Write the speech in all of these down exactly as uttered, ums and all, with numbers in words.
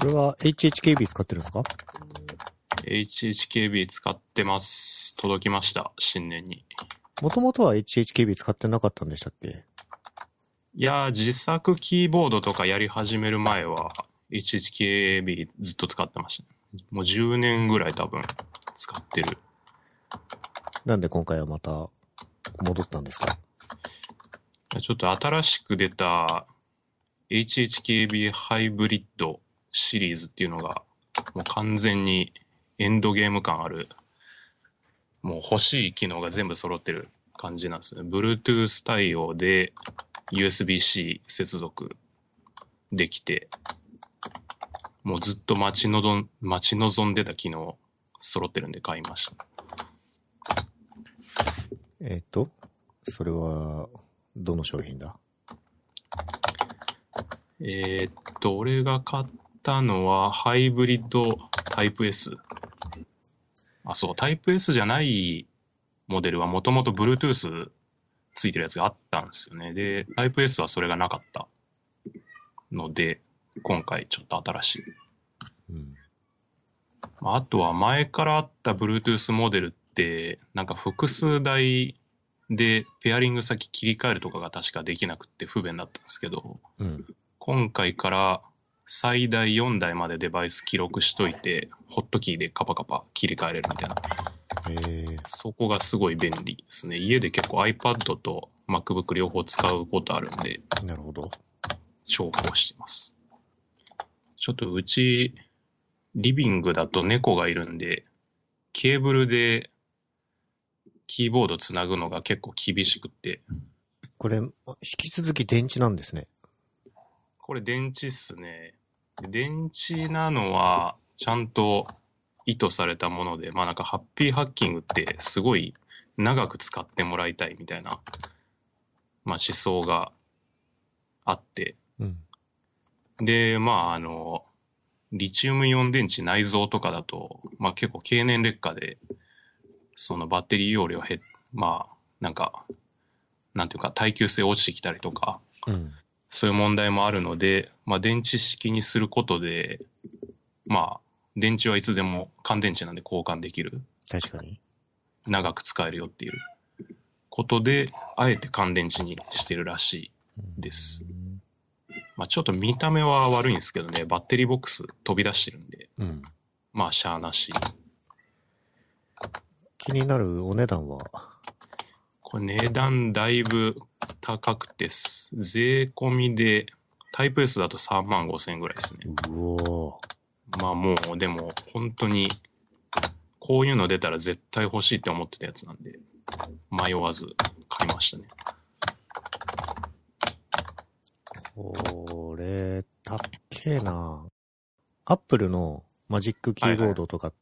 これは エイチエイチケービー 使ってるんですか？ エイチエイチケービー 使ってます。届きました、新年に。 もともとは エイチエイチケービー 使ってなかったんでしたっけ？ いやー、自作キーボードとかやり始める前は エイチエイチケービー ずっと使ってましたね。もうじゅうねんぐらい多分使ってる。 なんで今回はまた戻ったんですか？ ちょっと新しく出た エイチエイチケービー ハイブリッドシリーズっていうのがもう完全にエンドゲーム感ある、もう欲しい機能が全部揃ってる感じなんですね。Bluetooth 対応で ユーエスビー-C 接続できて、もうずっと待ちのど待ち望んでた機能揃ってるんで買いました。 えっと、それはどの商品だ？ えー、っと、俺が買ったのはハイブリッドタイプ S。あ、そう、タイプ S じゃないモデルはもともと Bluetooth ついてるやつがあったんですよね。で、タイプ S はそれがなかったので、今回ちょっと新しい。うん、あとは前からあった Bluetooth モデルって、なんか複数台でペアリング先切り替えるとかが確かできなくて不便だったんですけど、うん、今回から最大よんだいまでデバイス記録しといて、ホットキーでカパカパ切り替えれるみたいな。へー、そこがすごい便利ですね。家で結構 iPad と MacBook 両方使うことあるんで。 なるほど。 重宝してます。ちょっとうち、リビングだと猫がいるんで、ケーブルでキーボードつなぐのが結構厳しくて。 これ、引き続き電池なんですね。 これ電池っすね。電池なのは、ちゃんと意図されたもので、まあなんかハッピーハッキングってすごい長く使ってもらいたいみたいな、まあ思想があって。うん、で、まああの、リチウムイオン電池内蔵とかだと、まあ結構経年劣化で、そのバッテリー容量減っ、まあなんか、なんていうか耐久性落ちてきたりとか、うん、そういう問題もあるので、まあ電池式にすることで、まあ電池はいつでも乾電池なんで交換できる。 確かに。 長く使えるよっていうことで、あえて乾電池にしてるらしいです。うん、まあちょっと見た目は悪いんですけどね、バッテリーボックス飛び出してるんで、うん、まあしゃあなし。 気になるお値段は？ これ値段だいぶ高くてす、税込みでタイプ S だとさんまんごせんえんぐらいですね。 うおー。まあもうでも本当にこういうの出たら絶対欲しいって思ってたやつなんで、迷わず買いましたね。 これ、たっけーな。アップルのマジックキーボードとかって、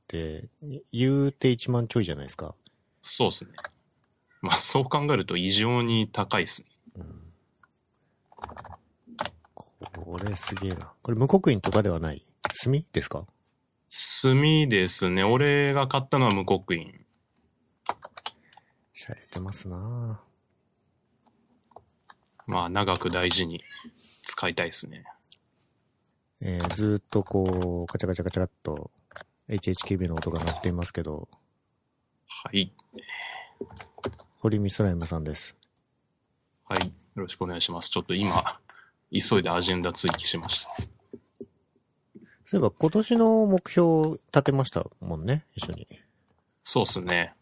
はいはい、言うていちまんちょいじゃないですか。 そうですね。まあそう考えると異常に高いですね。うん、 これすげえな。これ無刻印とかではない？墨ですか？ 墨ですね。俺が買ったのは無刻印。 しゃれてますなぁ。 まあ長く大事に使いたいですね。 えー、ずーっとこう、カチャカチャカチャっと エイチエイチケービー の音が鳴っていますけど。 はい。 堀見スライムさんです。 はい。よろしくお願いします。ちょっと今、急いでアジェンダ追記しました。 そういえば今年の目標立てましたもんね、一緒に。 そうっすね。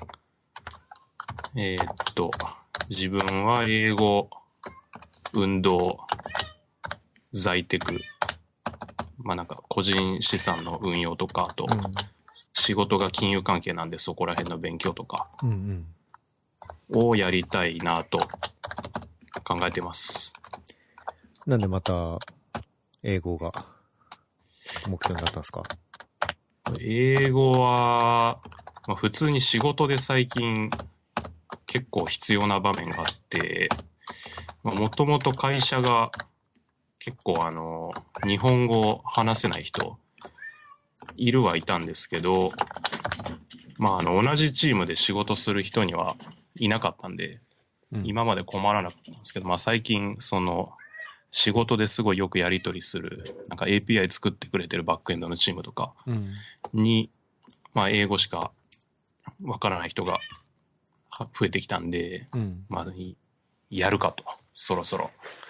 えー、っと、自分は英語、運動、在テク、まあなんか個人資産の運用とか、あと、仕事が金融関係なんでそこら辺の勉強とかをやりたいなと考えてます。 なんでまた英語が目標になったんですか？ 英語は、まあ、普通に仕事で最近結構必要な場面があって、もともと会社が結構あの、日本語話せない人いるはいたんですけど、まああの、同じチームで仕事する人にはいなかったんで、うん、今まで困らなかったんですけど、まあ最近その、 仕事ですごいよくやり取りする、なんか エーピーアイ 作ってくれてるバックエンドのチームとかに、うん、まあ英語しかわからない人が増えてきたんで、うん、まあやるかと、そろそろ。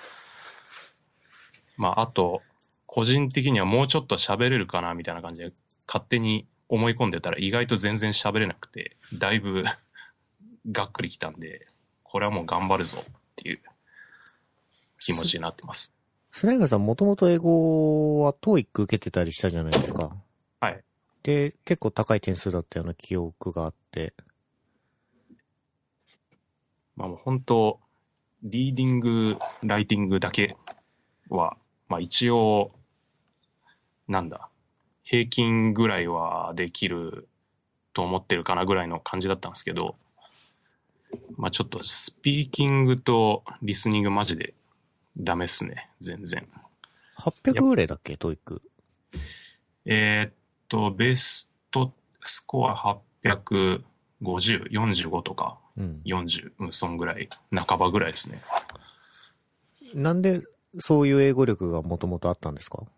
まああと、個人的にはもうちょっと喋れるかなみたいな感じで勝手に思い込んでたら意外と全然喋れなくて、だいぶがっくりきたんで、これはもう頑張るぞっていう気持ちになってます。 スライムさんもともと英語は トーイック 受けてたりしたじゃないですか。 はい。 で、結構高い点数だったような記憶があって。 まあもう本当、リーディング、ライティングだけは、まあ一応、なんだ、平均ぐらいはできると思ってるかなぐらいの感じだったんですけど、まあちょっとスピーキングとリスニングマジでダメっすね、全然。 はっぴゃくぐらいだっけ、トーイック。 えー、っと、ベストスコアはっぴゃくごじゅう、よんじゅうごとか、うん、よんじゅう、うん、そんぐらい、半ばぐらいですね。 なんでそういう英語力がもともとあったんですか？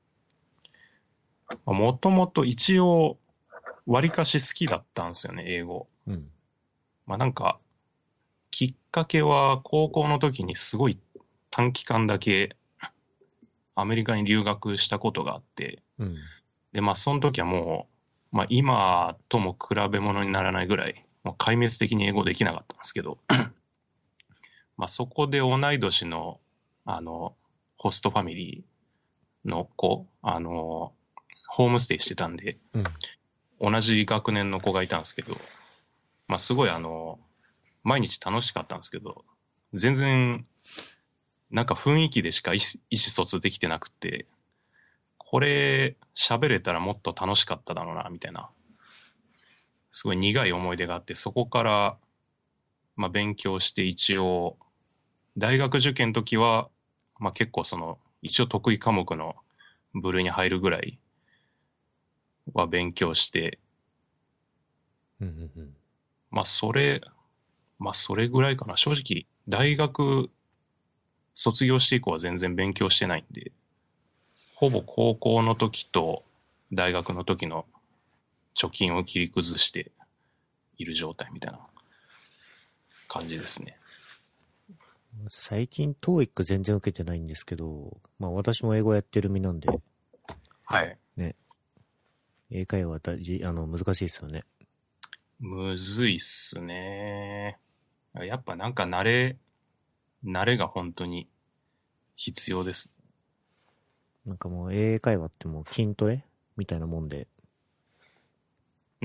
もともと一応、わりかし好きだったんですよね、英語。うん、まあなんか、きっかけは高校の時にすごい短期間だけアメリカに留学したことがあって、うん、で、まあその時はもう、まあ今とも比べ物にならないぐらい、もう壊滅的に英語できなかったんですけど、まあそこで同い年の、あの、ホストファミリーの子、あの、ホームステイしてたんで、うん、同じ学年の子がいたんですけど、まあすごいあの、毎日楽しかったんですけど、全然、なんか雰囲気でしか意思疎通できてなくて、これ喋れたらもっと楽しかっただろうな、みたいな、すごい苦い思い出があって、そこから、まあ勉強して一応、大学受験の時は、まあ結構その、一応得意科目の部類に入るぐらいは勉強して、うんうんうん、まあそれ、まあそれぐらいかな。正直、大学卒業して以降は全然勉強してないんで、ほぼ高校の時と大学の時の貯金を切り崩している状態みたいな感じですね。 最近 トーイック 全然受けてないんですけど、まあ私も英語やってる身なんで、 はい。 ね。英会話は大事、あの、難しいですよね。 むずいっすね。やっぱなんか慣れ、慣れが本当に必要です。 なんかもう英会話ってもう筋トレみたいなもんで。 うん。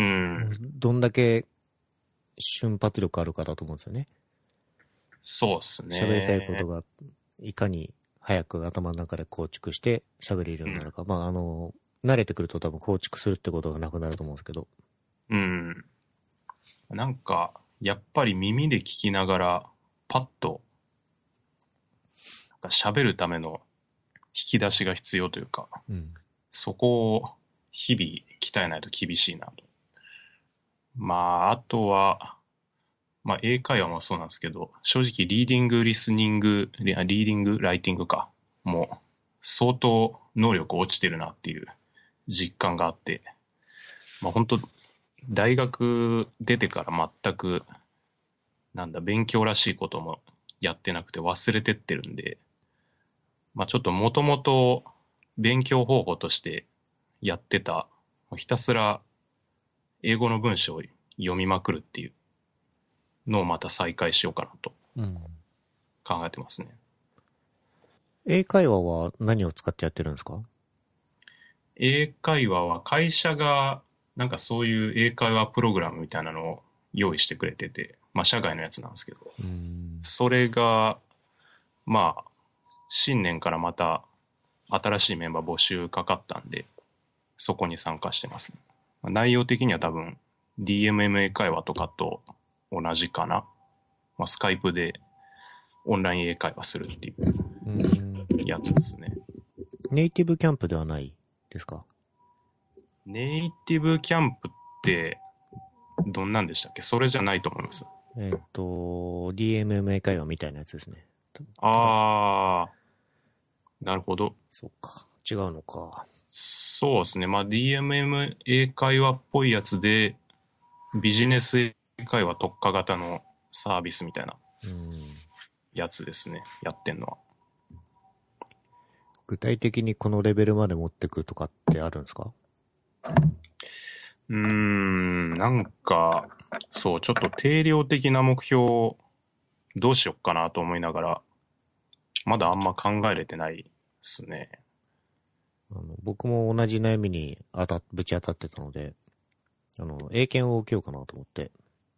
どんだけ瞬発力あるかだと思うんですよね。 そうっすね。 喋りたいことがいかに早く頭の中で構築して喋れるようになるか。うん、まああの、慣れてくると多分構築するってことがなくなると思うんですけど。 うん。なんか、やっぱり耳で聞きながら、パッと、なんか喋るための引き出しが必要というか、うん、そこを日々鍛えないと厳しいなと。まあ、あとは、まあ、英会話もそうなんですけど、正直リーディング、リスニング、リーディング、ライティングか、もう相当能力落ちてるなっていう実感があって、まあ本当大学出てから全く、なんだ、勉強らしいこともやってなくて忘れてってるんで、まあちょっともともと勉強方法としてやってた、ひたすら英語の文章を読みまくるっていうのをまた再開しようかなと考えてますね。 うん、英会話は何を使ってやってるんですか？ 英会話は会社がなんかそういう英会話プログラムみたいなのを用意してくれてて、まあ社外のやつなんですけど、うんそれが、まあ、新年からまた新しいメンバー募集かかったんで、そこに参加してますね。内容的には多分 ディーエムエム 英会話とかと同じかな。まあ、スカイプでオンライン英会話するっていうやつですね。 ネイティブキャンプではないですか？ ネイティブキャンプってどんなんでしたっけ？それじゃないと思います。 えっと、ディーエムエム 英会話みたいなやつですね。 ああ。 なるほど。 そっか。違うのか。 そうですね。まあ ディーエムエム 英会話っぽいやつで、ビジネス英会話特化型のサービスみたいなやつですね。やってんのは。 具体的にこのレベルまで持ってくとかってあるんですか？ うーん、なんか、そう、ちょっと定量的な目標をどうしよっかなと思いながら、まだあんま考えれてないですね。 あの僕も同じ悩みに当たぶち当たってたので、あの、英検を受けようかなと思って。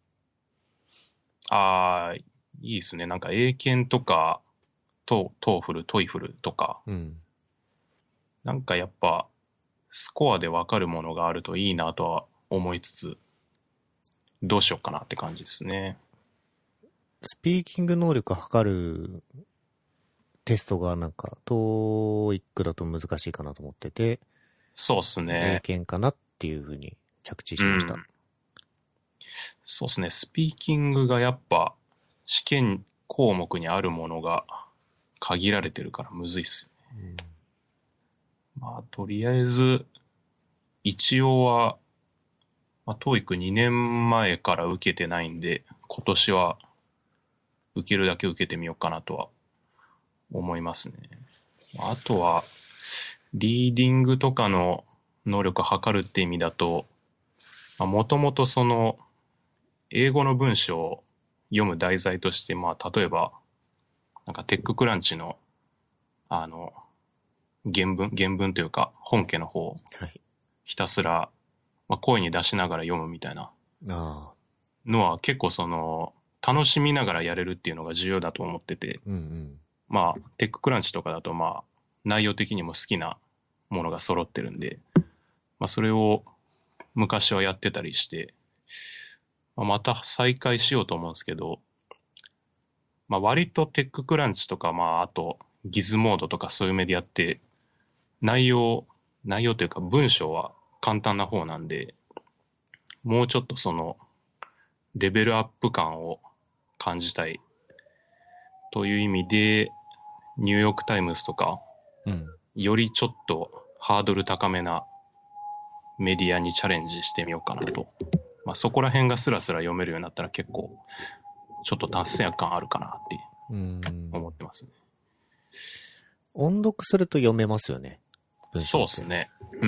ああ、いいですね。なんか英検とか、トトーフル、トイフルとか、 うん。 なんかやっぱ、スコアでわかるものがあるといいなとは思いつつ、どうしよっかなって感じですね。 スピーキング能力測るテストがなんか、トーイックだと難しいかなと思ってて、 そうっす英ね。 検かなっていうふうに着地しました。 うん、そうっすね。スピーキングがやっぱ、試験項目にあるものが限られてるからむずいっすよね。うん、まあ、とりあえず、一応は、まあ、トーイックにねんまえから受けてないんで、今年は受けるだけ受けてみようかなとは思いますね。あとは、リーディングとかの能力を測るって意味だと、もともとその、英語の文章を読む題材として、まあ、例えば、なんかテッククランチの、あの、原文、原文というか、本家の方をひたすら、まあ、声に出しながら読むみたいなのは結構その、楽しみながらやれるっていうのが重要だと思ってて、 うんうん、 まあ、テッククランチとかだとまあ、内容的にも好きなものが揃ってるんで、まあ、それを昔はやってたりして、まあ、また再開しようと思うんですけど、まあ、割とテッククランチとか、まあ、あと、ギズモードとかそういうメディアって、内容、内容というか文章は簡単な方なんで、もうちょっとその、レベルアップ感を感じたいという意味で、ニューヨークタイムズとか、 うん、 よりちょっとハードル高めなメディアにチャレンジしてみようかなと。まあ、そこら辺がスラスラ読めるようになったら結構、ちょっと達成感あるかなって思ってますね。 音読すると読めますよね。 そうですね。うん。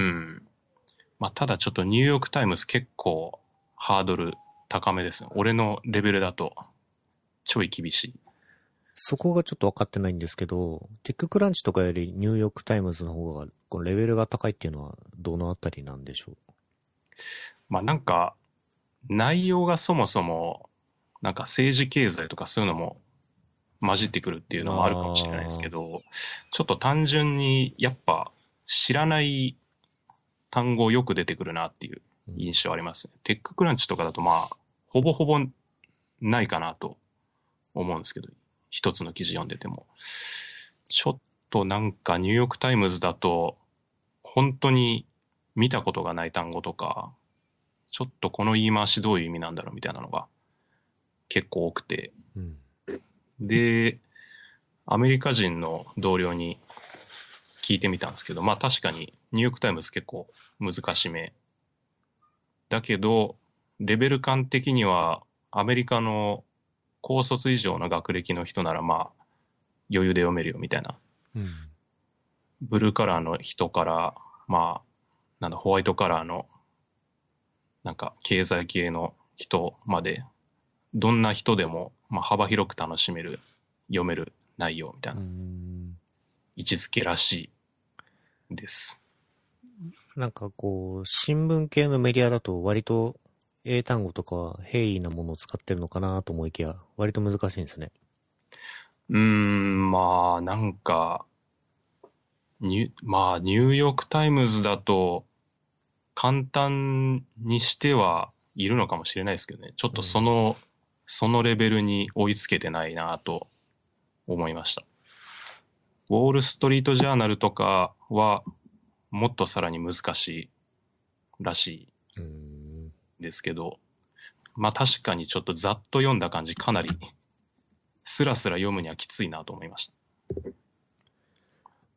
まあ、ただちょっとニューヨークタイムズ結構ハードル高めですね。俺のレベルだとちょい厳しい。 そこがちょっと分かってないんですけど、テッククランチとかよりニューヨークタイムズの方がこのレベルが高いっていうのはどのあたりなんでしょう？ まあなんか内容がそもそもなんか政治経済とかそういうのも混じってくるっていうのもあるかもしれないですけど、ちょっと単純にやっぱ知らない単語よく出てくるなっていう印象ありますね。うん、テッククランチとかだとまあほぼほぼないかなと思うんですけど、一つの記事読んでても。ちょっとなんかニューヨークタイムズだと、本当に見たことがない単語とか、ちょっとこの言い回しどういう意味なんだろうみたいなのが結構多くて。うん、で、アメリカ人の同僚に聞いてみたんですけど、まあ確かにニューヨークタイムズ結構難しめ。だけど、レベル感的にはアメリカの高卒以上の学歴の人ならまあ余裕で読めるよみたいな、うん、ブルーカラーの人からまあなんだホワイトカラーのなんか経済系の人までどんな人でもまあ幅広く楽しめる読める内容みたいな位置づけらしいです。 なんかこう新聞系のメディアだと割と英単語とかは平易なものを使ってるのかなと思いきや、割と難しいんですね。 うーん、まあ、なんか、ニュ、まあ、ニューヨークタイムズだと、簡単にしてはいるのかもしれないですけどね。ちょっとその、うん、そのレベルに追いつけてないなと思いました。ウォールストリートジャーナルとかは、もっとさらに難しいらしい。うんですけど、まあ確かにちょっとざっと読んだ感じかなりスラスラ読むにはきついなと思いました。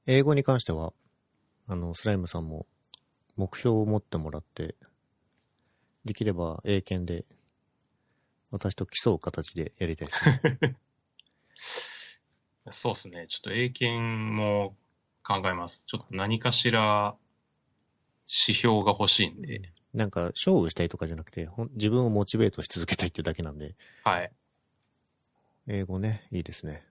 英語に関しては、あの、スライムさんも目標を持ってもらって、できれば英検で私と競う形でやりたいですね。 そうですね。ちょっと英検も考えます。ちょっと何かしら指標が欲しいんで。 なんか勝負したいとかじゃなくて、ほん自分をモチベートし続けたいっていうだけなんで。 はい。 英語ね、いいですね。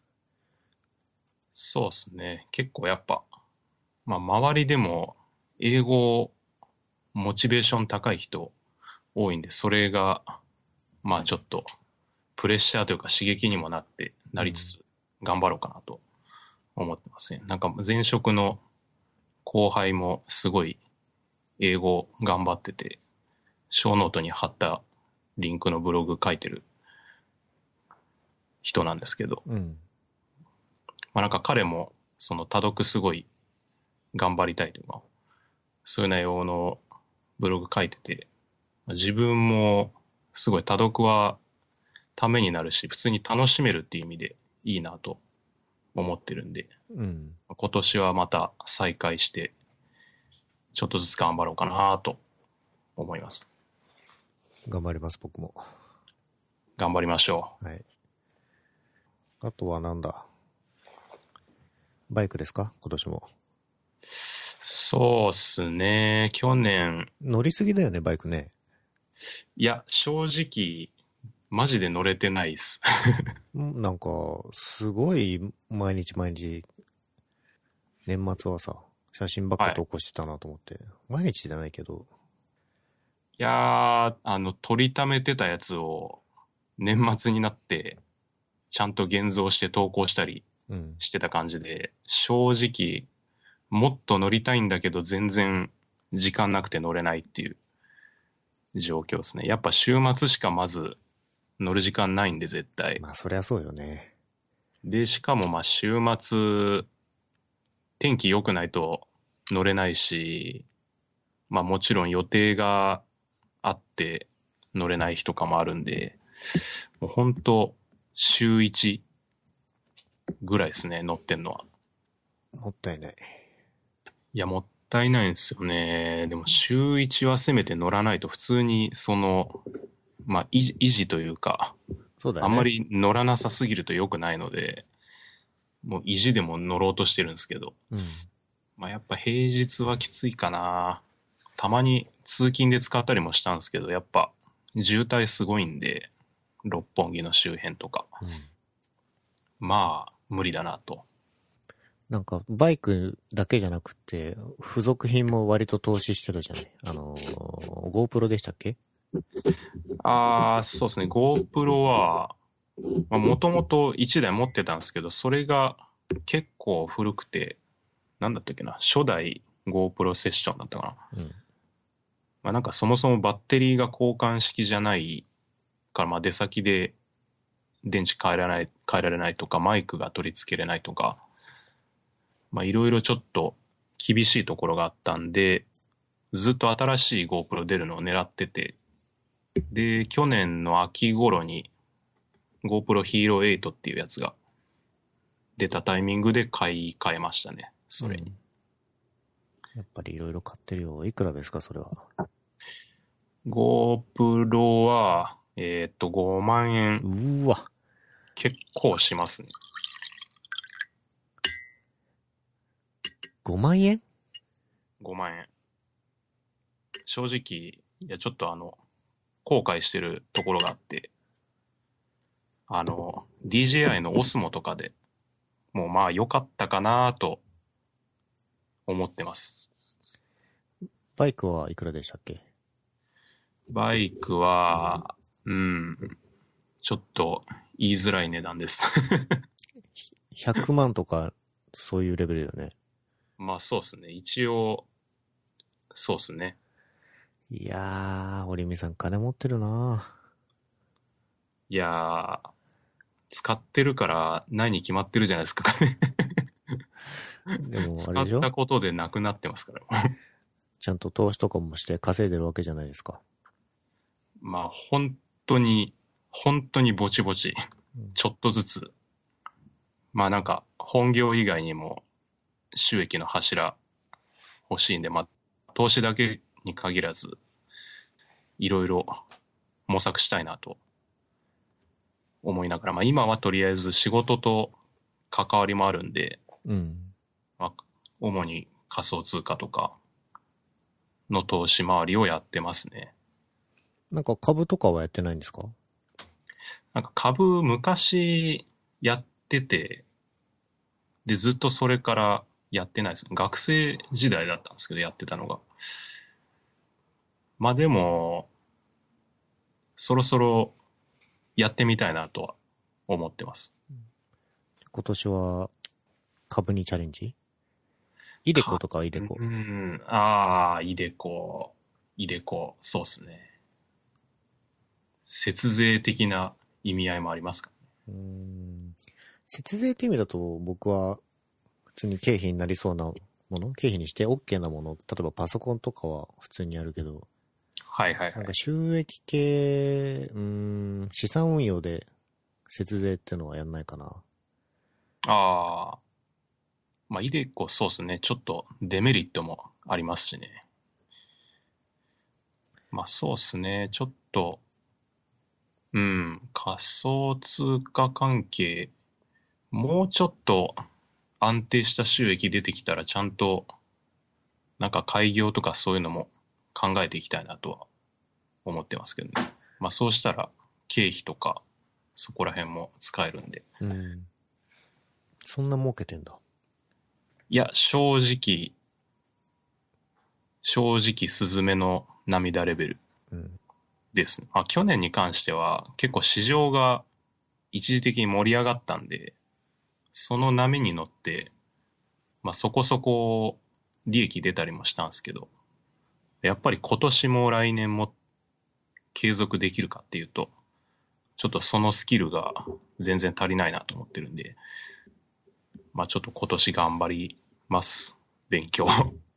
そうですね。結構やっぱ、まあ周りでも英語モチベーション高い人多いんで、それが、まあちょっとプレッシャーというか刺激にもなって、なりつつ頑張ろうかなと思ってますね。なんか前職の後輩もすごい英語頑張ってて、小ノートに貼ったリンクのブログ書いてる人なんですけど、 うん。 まあなんか彼もその多読すごい頑張りたいというか、そういう内容のブログ書いてて、自分もすごい多読はためになるし、普通に楽しめるっていう意味でいいなと思ってるんで、 うん。 今年はまた再開して、ちょっとずつ頑張ろうかなと思います。 頑張ります、僕も。 頑張りましょう。はい。あとはなんだ。バイクですか、今年も。 そうっすね。去年。 乗りすぎだよね、バイクね。 いや、正直、マジで乗れてないっす。 なんか、すごい毎日毎日、年末はさ、写真ばっか投稿してたなと思って。はい、毎日じゃないけど。 いやー、あの、撮りためてたやつを、年末になって、ちゃんと現像して投稿したりしてた感じで、うん、正直、もっと乗りたいんだけど、全然時間なくて乗れないっていう状況ですね。やっぱ週末しかまず乗る時間ないんで、絶対。 まあ、そりゃそうよね。 で、しかもまあ、週末、天気良くないと乗れないし、まあもちろん予定があって乗れない日とかもあるんで、もうほんと週いちぐらいですね、乗ってんのは。 もったいない。 いや、もったいないんですよね。でも週いちはせめて乗らないと普通にその、まあ維持、維持というか、 そうだよね、 あんまり乗らなさすぎると良くないので、もう維持でも乗ろうとしてるんですけど、 うん、 まあやっぱ平日はきついかな。たまに通勤で使ったりもしたんですけど、やっぱ渋滞すごいんで、六本木の周辺とか。うん、まあ、無理だなと。 なんか、バイクだけじゃなくて、付属品も割と投資してたじゃない。あのー、GoPro でしたっけ？ ああ、そうですね。GoPro は、もともといちだい持ってたんですけど、それが結構古くて、なんだったっけな、初代 GoPro セッションだったかな。うん、まあなんかそもそもバッテリーが交換式じゃないから、まあ出先で電池変えられない、変えられないとか、マイクが取り付けれないとか、まあいろいろちょっと厳しいところがあったんで、ずっと新しい GoPro 出るのを狙ってて、で、去年の秋頃に GoPro Hero エイトっていうやつが出たタイミングで買い替えましたね、それに。うん、 やっぱりいろいろ買ってるよ。いくらですか、それは。 GoPro は、えー、っと、ごまんえん。 うわ。 結構しますね。 ごまんえん ? ごまんえん。正直、いや、ちょっとあの、後悔してるところがあって、あの、ディージェーアイ の オスモ とかでもうまあ良かったかなと思ってます。 バイクはいくらでしたっけ？ バイクは、うん、ちょっと言いづらい値段です。 ひゃくまんとか、そういうレベルよね。 まあそうですね。一応、そうですね。 いやー、堀見さん金持ってるないやー、使ってるからないに決まってるじゃないですか。 でもあれでしょ？ 使ったことでなくなってますから。 ちゃんと投資とかもして稼いでるわけじゃないですか。 まあ本当に、本当にぼちぼち、ちょっとずつ。まあなんか本業以外にも収益の柱欲しいんで、まあ、投資だけに限らず、いろいろ模索したいなと思いながら、まあ今はとりあえず仕事と関わりもあるんで、 うん。 まあ、主に仮想通貨とかの投資回りをやってますね。 なんか株とかはやってないんですか？ なんか株昔やってて、でずっとそれからやってないです。学生時代だったんですけど、やってたのが。まあでも、そろそろやってみたいなとは思ってます。 今年は株にチャレンジ？イデコとかはイデコ。 うん、ああ、イデコ、イデコ、そうっすね。節税的な意味合いもありますか？ うーん。節税って意味だと僕は普通に経費になりそうなもの、経費にして OK なもの、例えばパソコンとかは普通にやるけど、 はいはいはい。 なんか収益系、うーん、資産運用で節税ってのはやんないかな。 ああ、まあイデコそうっすね。ちょっとデメリットもありますしね。まあそうっすね。ちょっと、うん、仮想通貨関係、もうちょっと安定した収益出てきたらちゃんと、なんか開業とかそういうのも考えていきたいなとは思ってますけどね。まあそうしたら経費とかそこら辺も使えるんで。 うん。そんな儲けてんだ。 いや、正直、正直スズメの涙レベルうん。 ですね。まあ去年に関しては結構市場が一時的に盛り上がったんで、その波に乗って、まあそこそこ利益出たりもしたんですけど、やっぱり今年も来年も継続できるかっていうと、ちょっとそのスキルが全然足りないなと思ってるんで、まあちょっと今年頑張ります。勉強。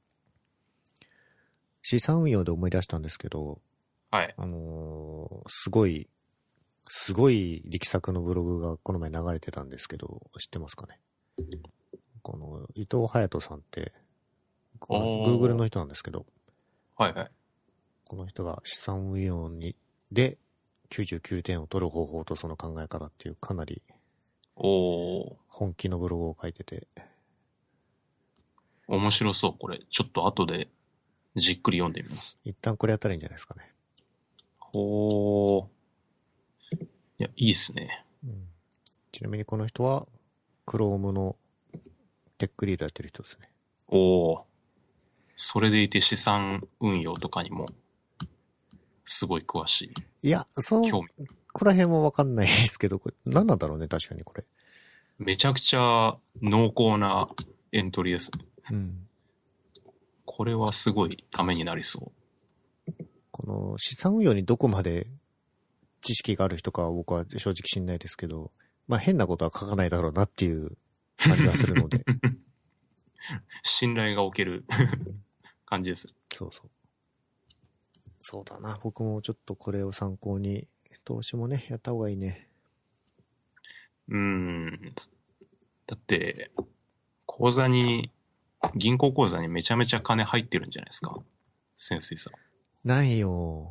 資産運用で思い出したんですけど、 はい。 あのーすごい、すごい力作のブログがこの前流れてたんですけど、知ってますかね？この伊藤隼人さんって、この Google の人なんですけど、 はいはい。 この人が資産運用にできゅうじゅうきゅうてんを取る方法とその考え方っていうかなりおー、 本気のブログを書いてて、 面白そう、これ。ちょっと後でじっくり読んでみます。 一旦これやったらいいんじゃないですかね。 ほー。いや、いいっすね。 うん、ちなみにこの人は Chrome のテックリードやってる人ですね。 おー。それでいて資産運用とかにもすごい詳しい。 いや、そう、 興味。 ここら辺はわかんないですけど、これ何なんだろうね、確かにこれ。 めちゃくちゃ濃厚なエントリーですね。 うん。 これはすごいためになりそう。 この資産運用にどこまで知識がある人かは僕は正直知んないですけど、まあ変なことは書かないだろうなっていう感じはするので。 信頼がおける感じです。 そうそう。そうだな。僕もちょっとこれを参考に、投資もね、やった方がいいね。 うーん。だって、口座に、銀行口座にめちゃめちゃ金入ってるんじゃないですか。潜水さん。 ないよ。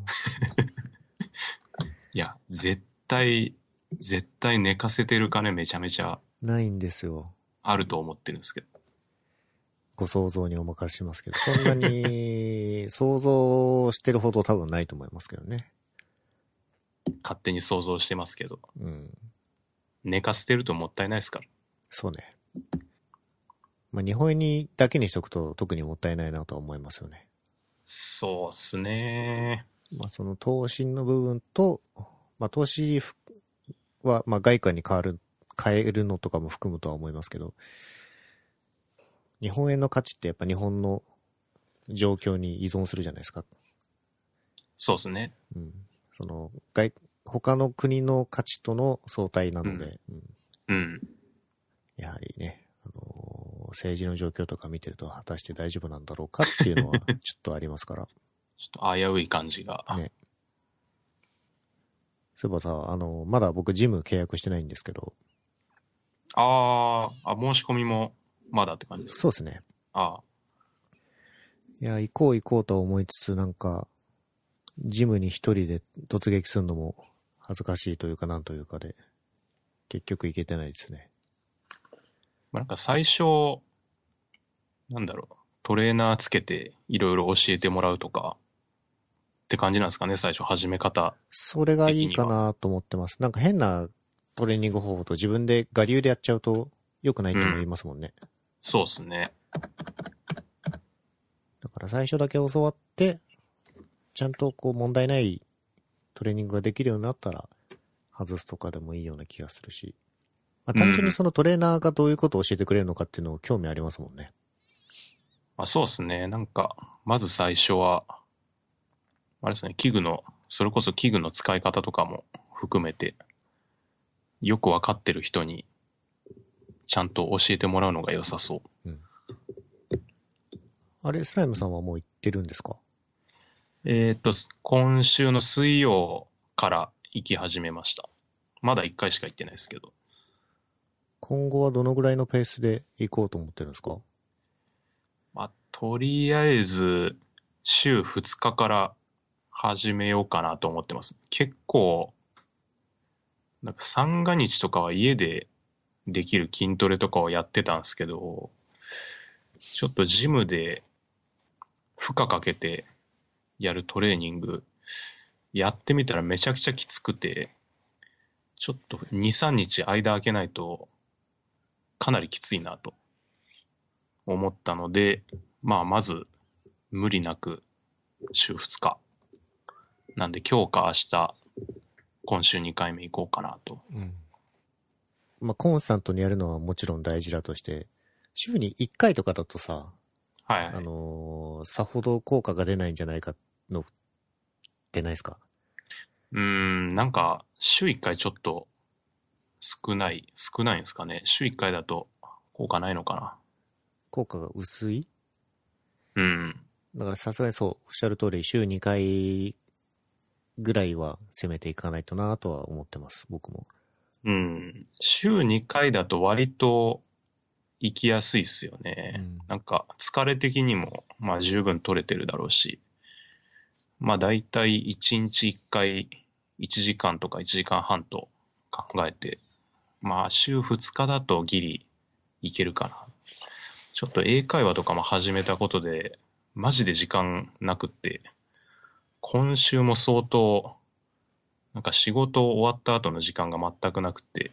いや、絶対、絶対寝かせてる金めちゃめちゃないんですよ。 あると思ってるんですけど。 ご想像にお任せしますけど、そんなに想像してるほど多分ないと思いますけどね。 勝手に想像してますけど。 うん。 寝かせてるともったいないですから。 そうね。まあ日本円にだけにしとくと特にもったいないなとは思いますよね。 そうっすね。 まあその投資の部分と、まあ投資はまあ外貨に変わる、変えるのとかも含むとは思いますけど、日本円の価値ってやっぱ日本の状況に依存するじゃないですか。 そうっすね。 うん。その外、他の国の価値との相対なので、うんうん。 やはりね、あのー政治の状況とか見てると果たして大丈夫なんだろうかっていうのはちょっとありますから。 ちょっと危うい感じが。 ね。そういえばさ、あのーまだ僕ジム契約してないんですけど、 あーあ、申し込みもまだって感じですか？ そうですね。 ああ。 いや、行こう行こうとは思いつつ、なんか、ジムに一人で突撃するのも恥ずかしいというかなんというかで、結局行けてないですね。 まあ、なんか最初、なんだろう、トレーナーつけていろいろ教えてもらうとかって感じなんですかね、最初始め方。 それがいいかなと思ってます。なんか変なトレーニング方法と自分で我流でやっちゃうと良くないっても言いますもんね。 うん、そうですね。 だから最初だけ教わって、ちゃんとこう問題ないトレーニングができるようになったら、外すとかでもいいような気がするし。まあ、単純にそのトレーナーがどういうことを教えてくれるのかっていうのを興味ありますもんね。 まあ、そうですね。なんか、まず最初は、あれですね、器具の、それこそ器具の使い方とかも含めて、よくわかってる人に、ちゃんと教えてもらうのが良さそう。うん、 あれ、スライムさんはもう行ってるんですか？ えっと、今週の水曜から行き始めました。まだいっかいしか行ってないですけど。 今後はどのぐらいのペースで行こうと思ってるんですか？ まあ、とりあえず、週ふつかから始めようかなと思ってます。結構、なんか三が日とかは家でできる筋トレとかをやってたんですけど、ちょっとジムで負荷かけてやるトレーニング、やってみたらめちゃくちゃきつくて、ちょっとに、さんにち間空けないとかなりきついなと思ったので、まあまず無理なく週ふつか。なんで今日か明日、今週にかいめ行こうかなと。うん。 まあコンスタントにやるのはもちろん大事だとして、週にいっかいとかだとさ、 はい、はい、 あのー、さほど効果が出ないんじゃないかのってないですか？ うーん、なんか週いっかいちょっと少ない、少ないんですかね。週いっかいだと効果ないのかな。 効果が薄い？ うん。 だからさすがにそう、おっしゃる通り週にかいぐらいは攻めていかないとなとは思ってます、僕も。 うん。週にかいだと割と行きやすいっすよね。うん、なんか疲れ的にもまあ十分取れてるだろうし。まあ大体いちにちいっかいいちじかんとかいちじかんはんと考えて、まあ週ふつかだとギリいけるかな。ちょっと英会話とかも始めたことで、マジで時間なくって、今週も相当、なんか仕事終わった後の時間が全くなくて、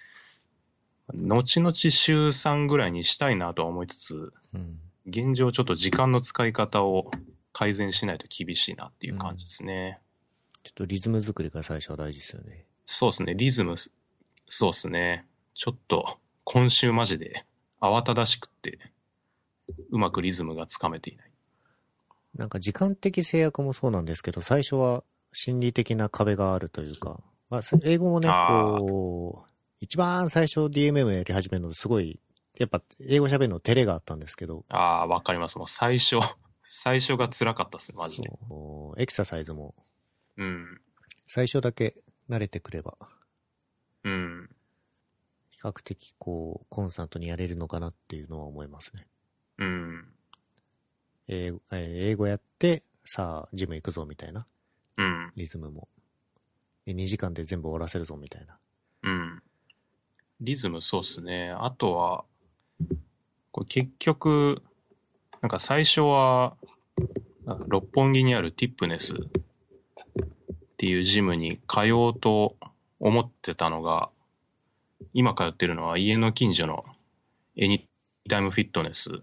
後々週さんぐらいにしたいなとは思いつつ、うん、現状ちょっと時間の使い方を改善しないと厳しいなっていう感じですね。 うん、ちょっとリズム作りが最初は大事ですよね。 そうですね、リズム、そうですね。ちょっと今週マジで慌ただしくって、うまくリズムがつかめていない。 なんか時間的制約もそうなんですけど、最初は心理的な壁があるというか、まあ、英語もね、こう、一番最初 ディーエムエム やり始めるのすごい、やっぱ英語喋るの照れがあったんですけど。 ああ、わかります。もう最初、最初が辛かったっすね、マジで。 そうエクササイズも、 うん。 最初だけ慣れてくれば、 うん。 比較的こう、コンスタントにやれるのかなっていうのは思いますね。 うん。 英語、英語やって、さあ、ジム行くぞみたいな。 うん。 リズムも。でにじかんで全部終わらせるぞみたいな。 うん。リズムそうっすね。あとは、これ結局、なんか最初は、六本木にあるティップネスっていうジムに通おうと思ってたのが、今通ってるのは家の近所のエニタイムフィットネス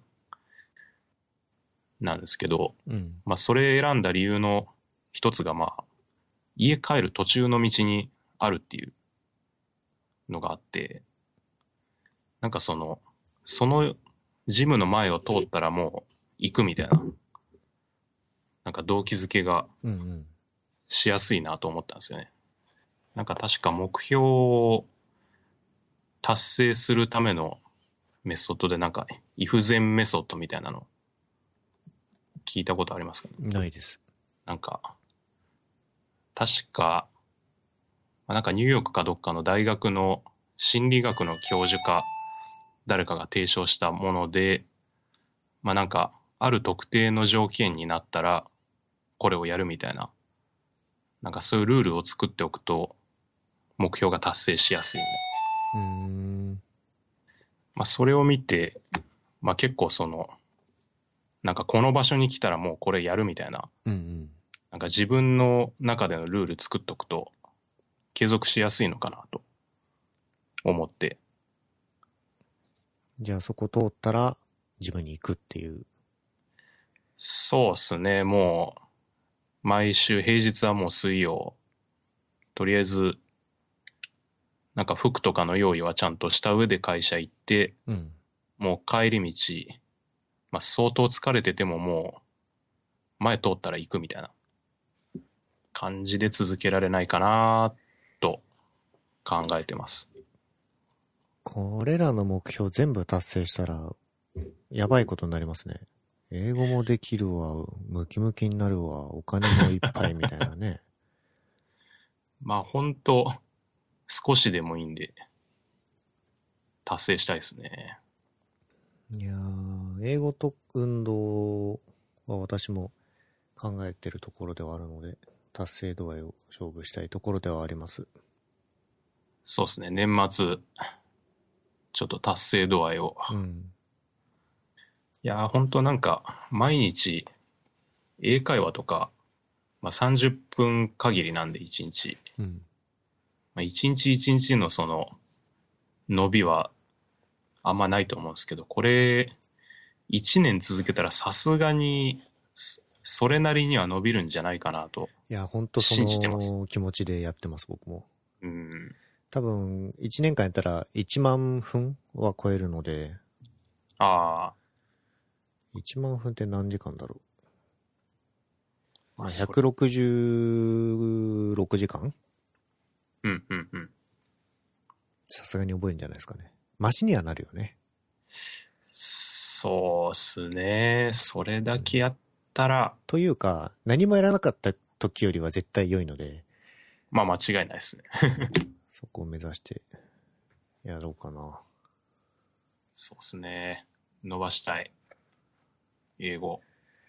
なんですけど、うん、まあそれ選んだ理由の一つがまあ、家帰る途中の道にあるっていうのがあって、なんかその、そのジムの前を通ったらもう行くみたいな、なんか動機づけがしやすいなと思ったんですよね。なんか確か目標を達成するためのメソッドでなんか、イフゼンメソッドみたいなの聞いたことありますかね？ ないです。 なんか、確か、なんかニューヨークかどっかの大学の心理学の教授か誰かが提唱したもので、まあなんか、ある特定の条件になったら、これをやるみたいな、なんかそういうルールを作っておくと、目標が達成しやすいんだ。 うーん。 まあそれを見て、まあ結構その、なんかこの場所に来たらもうこれやるみたいな、 うんうん。 なんか自分の中でのルール作っておくと、継続しやすいのかなと思って。 じゃあそこ通ったら自分に行くっていう。 そうっすね、もう、毎週、平日はもう水曜、とりあえず、なんか服とかの用意はちゃんとした上で会社行って、 うん。 もう帰り道、まあ相当疲れててももう、前通ったら行くみたいな感じで続けられないかなと考えてます。 これらの目標全部達成したら、やばいことになりますね。英語もできるわ、ムキムキになるわ、お金もいっぱいみたいなね。 まあ本当少しでもいいんで、達成したいですね。 いやー、英語と運動は私も考えてるところではあるので、達成度合いを勝負したいところではあります。 そうですね、年末、ちょっと達成度合いを。 うん。 いやー、本当なんか、毎日、英会話とか、まあ、さんじゅっぷん限りなんで、いちにち。 うん。 まあ、いちにちいちにちのその、伸びは、あんまないと思うんですけど、これ、いちねん続けたらさすがに、それなりには伸びるんじゃないかなと。 いや、ほんとそ信じてます。 の気持ちでやってます、僕も。 うん。 多分、いちねんかんやったらいちまん分は超えるので、 ああ。 いちまん分って何時間だろう。まあ、 それひゃくろくじゅうろくじかんうんうんうん。 さすがに覚えるんじゃないですかね。マシにはなるよね。 そうっすね。それだけやったら、 というか、何もやらなかった時よりは絶対良いので、 まあ間違いないですね。 そこを目指してやろうかな。 そうっすね。伸ばしたい。英語。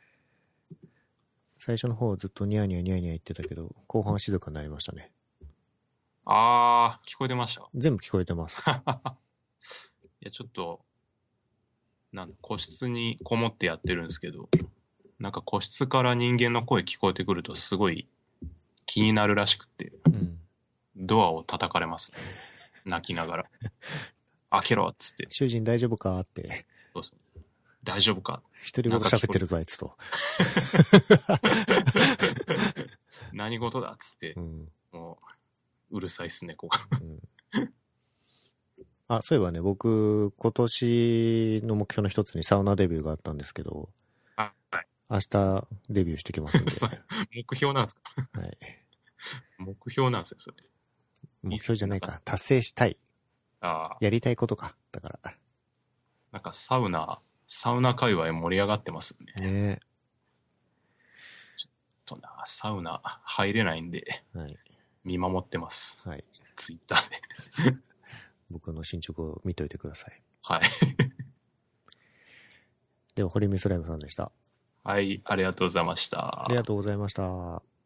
最初の方ずっとニヤニヤニヤニヤ言ってたけど、後半は静かになりましたね。 あー、聞こえてました。 全部聞こえてます。 いや、ちょっと、なん個室にこもってやってるんですけど、なんか個室から人間の声聞こえてくるとすごい気になるらしくて、 うん。 ドアを叩かれますね。泣きながら。開けろっつって。 主人大丈夫かって。 そうですね。大丈夫か一人ごと喋ってるぞ、あいつと。 何事だっつって、 うん。 もう、うるさいっすね、ここ。 うん、あ、そういえばね、僕、今年の目標の一つにサウナデビューがあったんですけど、 はい。 明日デビューしてきますんで。 目標なんですか？ はい。 目標なんですよ、それ。 目標じゃないか。達成したい。 ああ。 やりたいことか。だから。 なんかサウナ、サウナ界隈盛り上がってますね。 ねえ。 ちょっとな、サウナ入れないんで、 はい。 見守ってます。 はい。 ツイッターで。 僕の進捗を見といてください。 はい。 では、堀水ライムさんでした。 はい、ありがとうございました。 ありがとうございました。